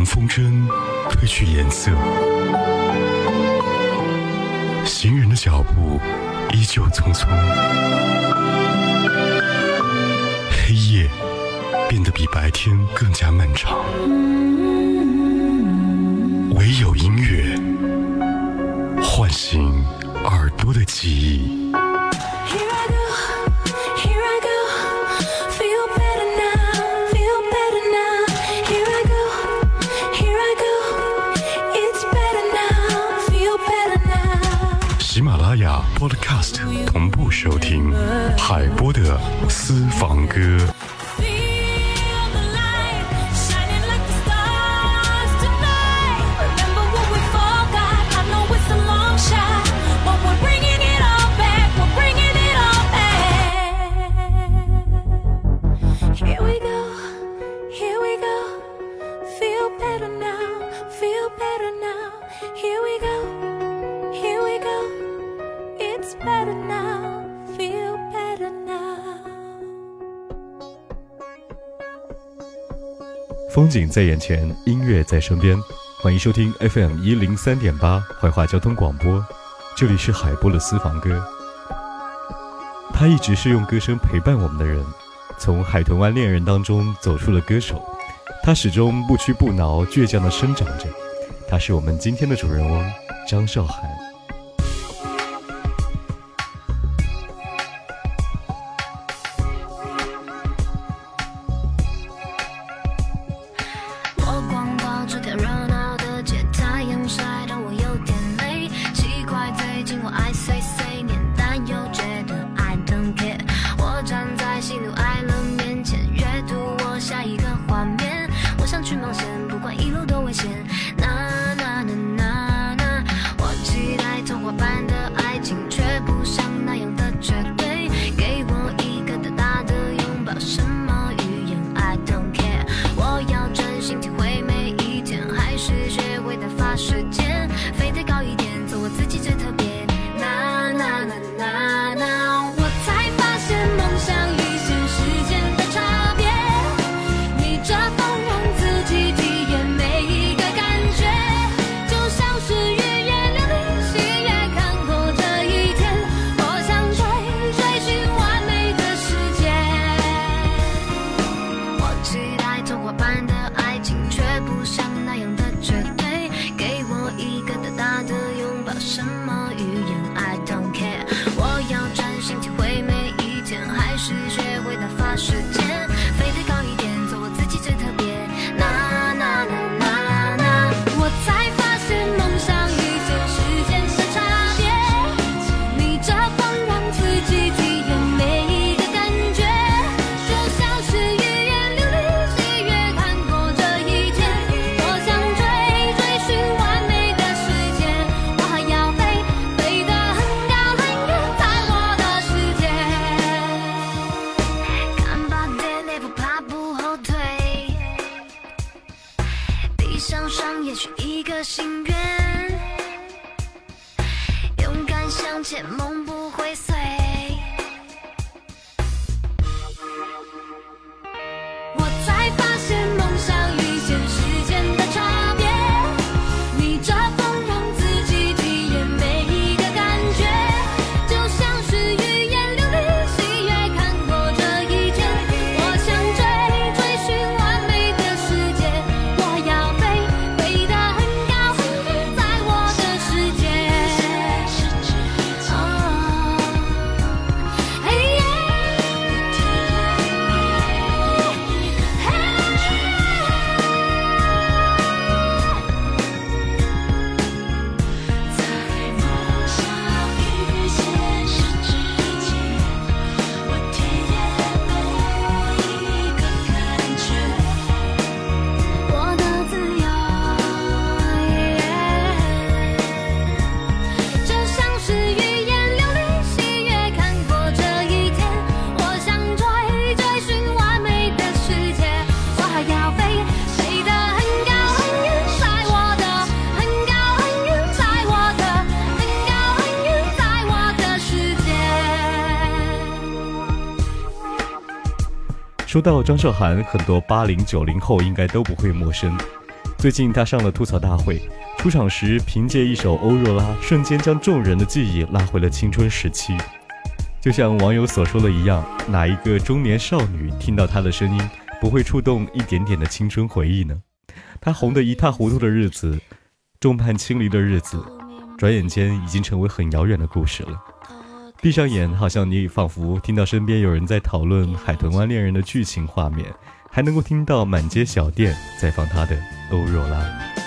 风筝褪去颜色，行人的脚步依旧匆匆，黑夜变得比白天更加漫长，唯有音乐唤醒耳朵的记忆。喜马拉雅 Podcast 同步收听海波的私房歌。 风景在眼前，音乐在身边，欢迎收听 FM103.8 怀化交通广播，这里是海波的私房歌。他一直是用歌声陪伴我们的人，从海豚湾恋人当中走出了歌手，他始终不屈不挠，倔强地生长着。他是我们今天的主人翁张韶涵。 梦不会碎，我才发现梦想与现实间的差别，逆着风让自己体验每一个感觉，就像是语言流离喜悦看过这一天，我想追寻完美的世界，我要飞得很高很远，在我的世界。 说到张韶涵，很多80、90后应该都不会陌生。 最近他上了吐槽大会，出场时凭借一首欧若拉，瞬间将众人的记忆拉回了青春时期。就像网友所说的一样，哪一个中年少女听到他的声音不会触动一点点的青春回忆呢？他红得一塌糊涂的日子，众叛亲离的日子，转眼间已经成为很遥远的故事了。闭上眼，好像你仿佛听到身边有人在讨论《海豚湾恋人》的剧情画面，还能够听到满街小店在放他的欧若拉。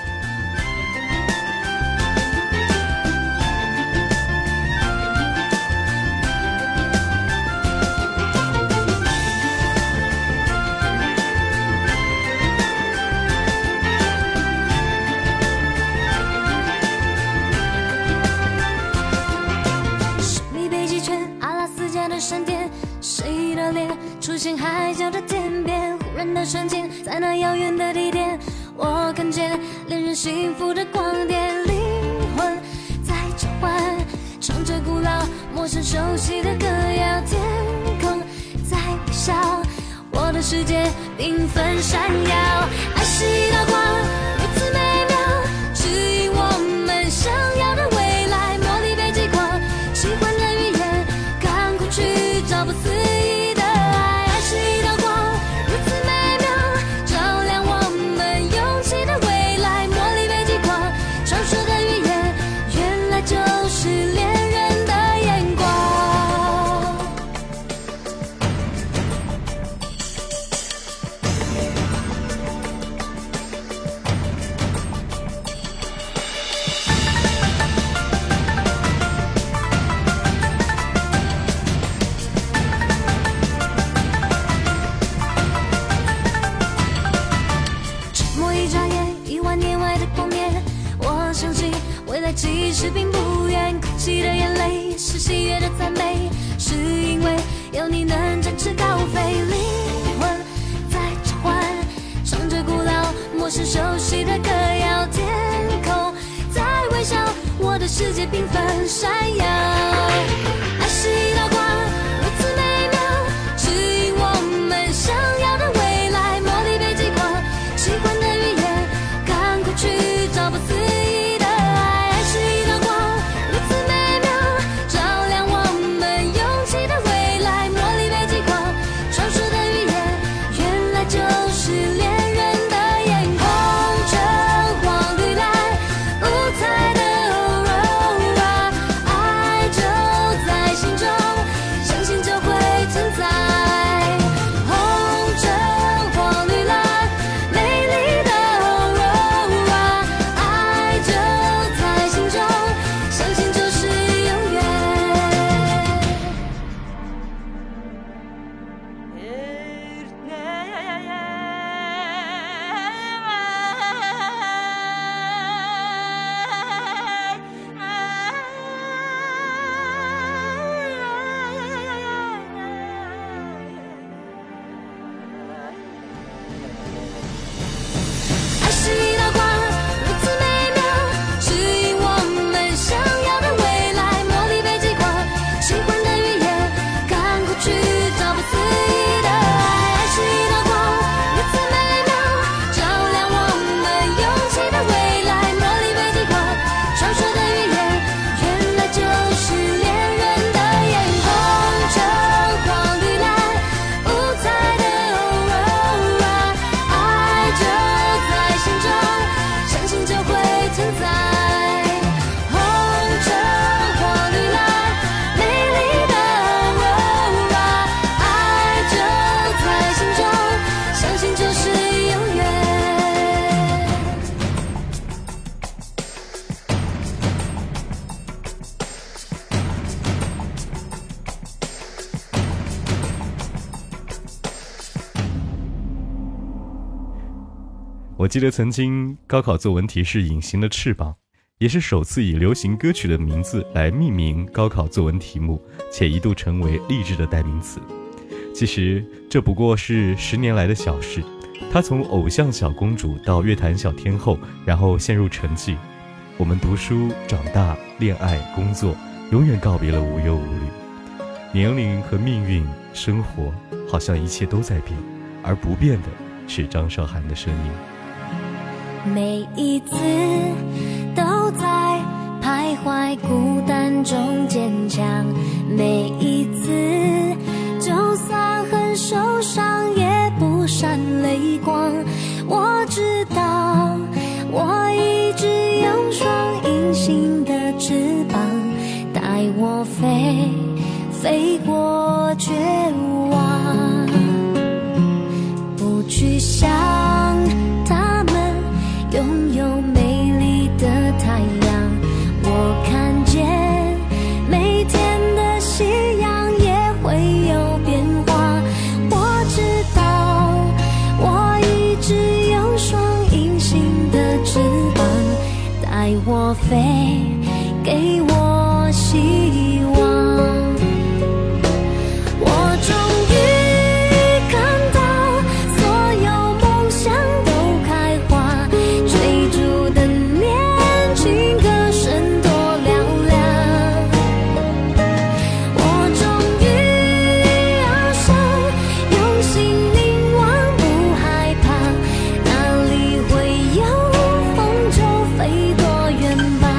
出现海角的天边，忽然的瞬间，在那遥远的地点，我看见恋人幸福的光点，灵魂在召唤，唱着古老陌生熟悉的歌谣，天空在微笑，我的世界缤纷闪耀，爱是一道光，如此美妙，指引我们想要的未来，茉莉被击垮，喜欢的语言，赶快去找不思议。其实并不远，哭泣的眼泪是喜悦的赞美，是因为有你能展翅高飞，灵魂在召唤，唱着古老陌生熟悉的歌谣，天空在微笑，我的世界缤纷闪耀，爱是一道光，如此美妙，指引我们想要的未来，茉莉被击垮，喜欢的语言，赶快去找不思议。 我记得曾经高考作文题是隐形的翅膀，也是首次以流行歌曲的名字来命名高考作文题目，且一度成为励志的代名词。其实这不过是10年来的小事，她从偶像小公主到乐坛小天后，然后陷入沉寂。我们读书、长大、恋爱、工作，永远告别了无忧无虑。年龄和命运、生活，好像一切都在变，而不变的是张韶涵的声音。 每一次都在徘徊孤单中坚强，每一次就算很受伤也不闪泪光。我知道我一直用双隐形的翅膀带我飞，飞过绝望，不去想他们拥有美丽的太阳。我看见每天的夕阳也会有变化。我知道我一直用双隐形的翅膀带我飞，给我希望。我终于看到所有梦想都开花，追逐的年轻歌声多嘹亮。我终于翱翔，用心凝望，不害怕，哪里会有风就飞多远吧。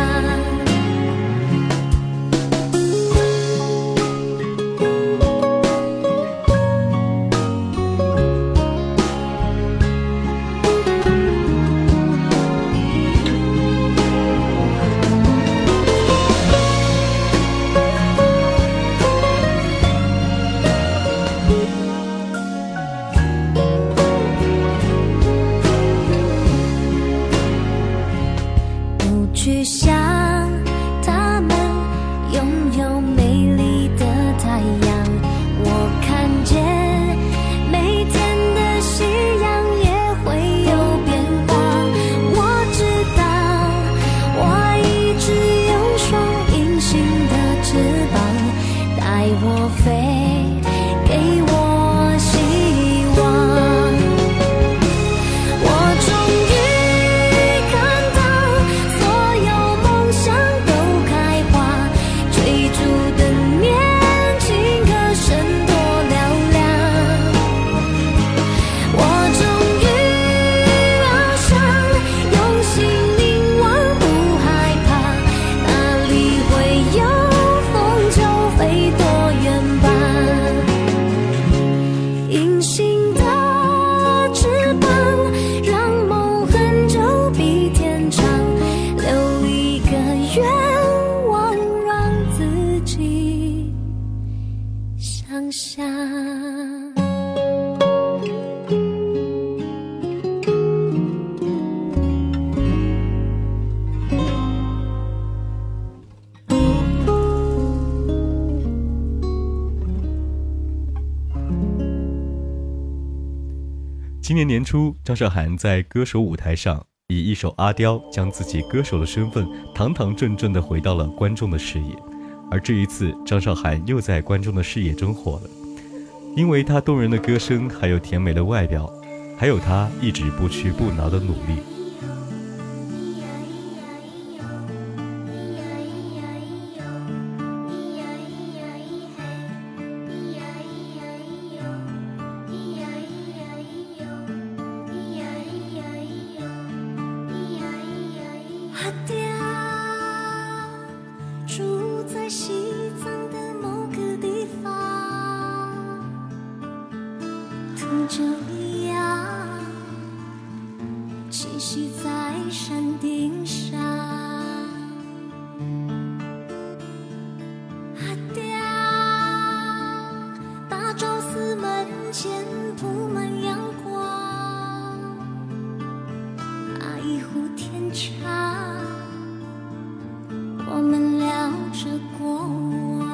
不去想他们拥有美丽的太阳。我看见每天的夕阳也会有变化。我知道我一直用双隐形的翅膀带我飞，给我希望。我终于看到所有梦想都开花，追逐的年轻歌声多嘹亮。我终于翱翔，用心凝望，不害怕，哪里会有风就飞多远吧。隐形的翅膀让梦很久比天长，留一个愿望让自己想象。 今年年初，张韶涵在歌手舞台上以一首《阿刁》将自己歌手的身份堂堂正正地回到了观众的视野。而这一次，张韶涵又在观众的视野中火了，因为她动人的歌声，还有甜美的外表，还有她一直不屈不挠的努力。 阿刁住在西藏的某个地方，吐着芽，栖息在山顶上。阿刁大昭寺门前铺满阳光，那一壶甜茶，我们聊着过往。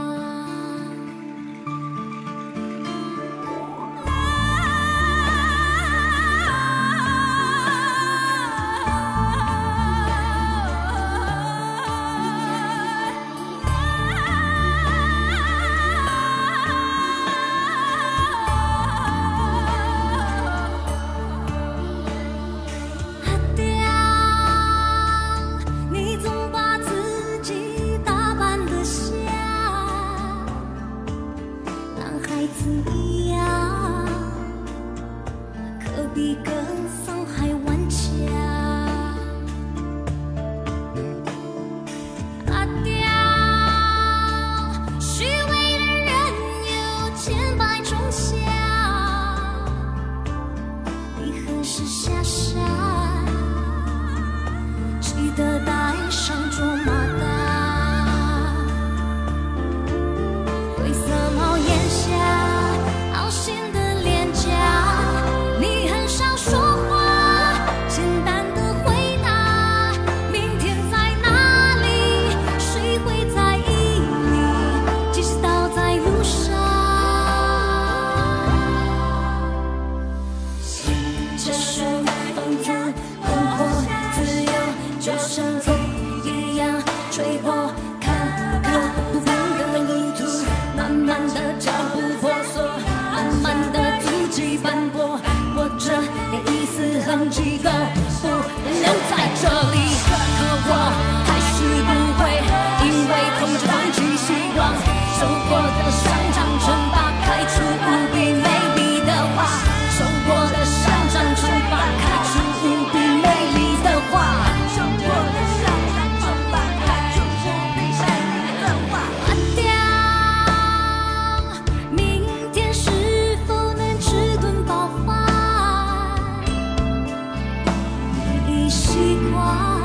习惯，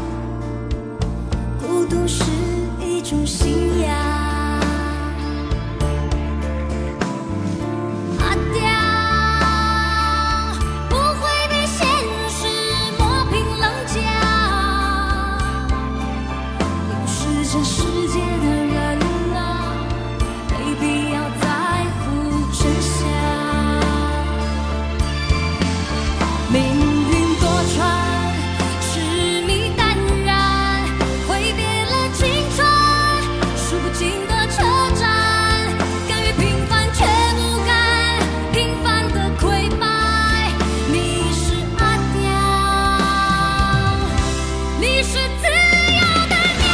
孤独是一种信仰。阿刁不会被现实磨平棱角，有时这世界的人啊，没必要在乎真相。命运多舛，痴迷淡然，挥别了青春，数不尽的车站，甘于平凡却不甘平凡的溃败。你是阿刁，你是自由的鸟。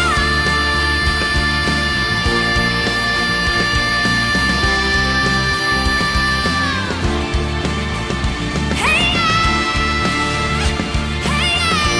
嘿呀，嘿呀。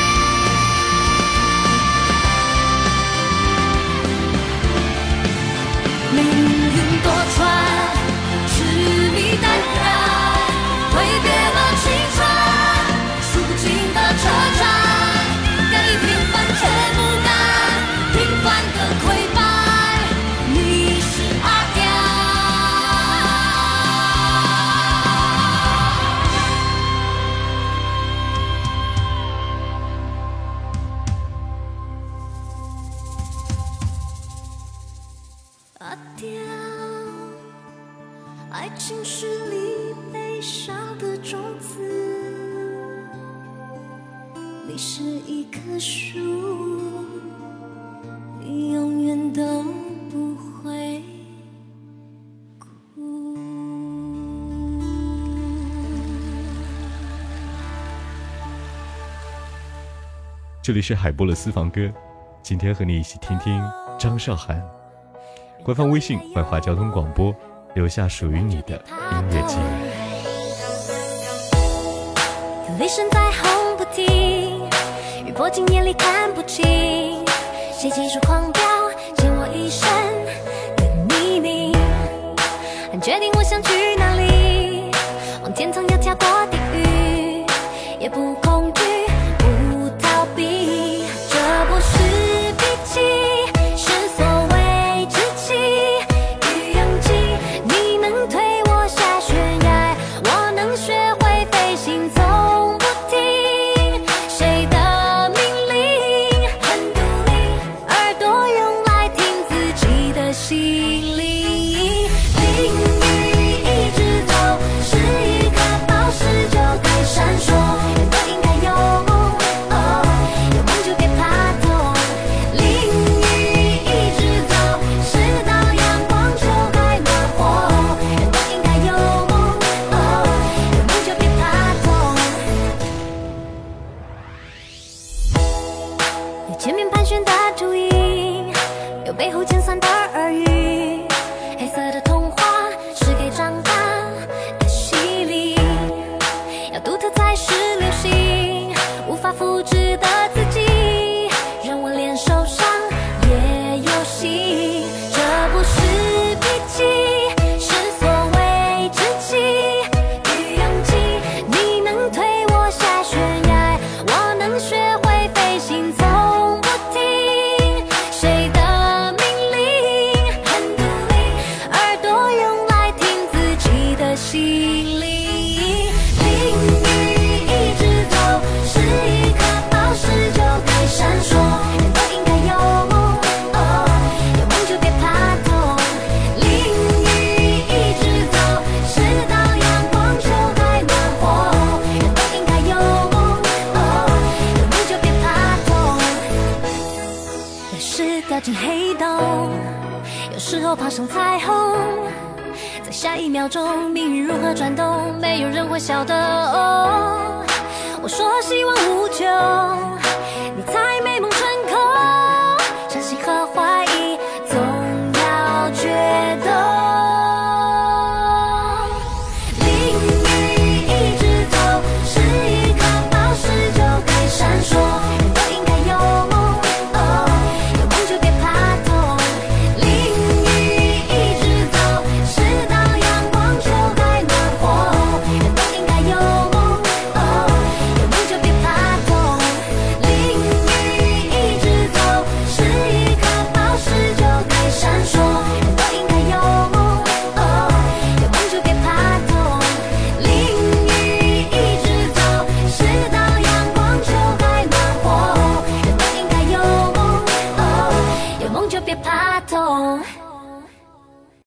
命运多舛，痴迷淡然，挥别了青春，数不尽的车站，甘于平凡却不甘平凡的溃败。你是阿刁。阿刁，爱情是粒悲伤的种子，你是一棵树，你永远都不会哭。 这里是海波的私房歌，今天和你一起听听张韶涵。官方微信怀化交通广播，留下属于你的音乐记忆。 雷声在轰不停，雨泼进眼里看不清，谁急速狂飙，欠我一生的秘密。决定我想去哪里，往天堂要跳过地狱，也不恐惧，不逃避。这不是脾气，是所谓志气与勇气。你能推我下悬崖，我能学会飞行，从不听谁的命令，很独立，耳朵用来听自己的心灵。淋雨一直走，是一颗宝石就该闪烁。人都应该有梦，有梦就别怕痛。淋雨一直走，直到阳光就该暖和。人都应该有梦，有梦就别怕痛。有前面盘旋的秃鹰，有背后尖酸的耳语，黑色的童话是给长大的洗礼，要独特才是流行，无法复制的自己，让我连受伤也有戏。这不是脾气，是所谓志气与勇气。你能推我下悬崖，我能学会飞行，从不听谁的命令，很独立，耳朵用来听自己的心灵。淋雨一直走，是一颗宝石就该闪烁。人都应该有梦，有梦就别怕痛。淋雨一直走，直到阳光就该暖和。人都应该有梦，有梦就别怕痛。有时掉进黑洞，有时候爬上彩虹，在下一秒钟命运如何转动，没有人会晓得。我说希望无穷，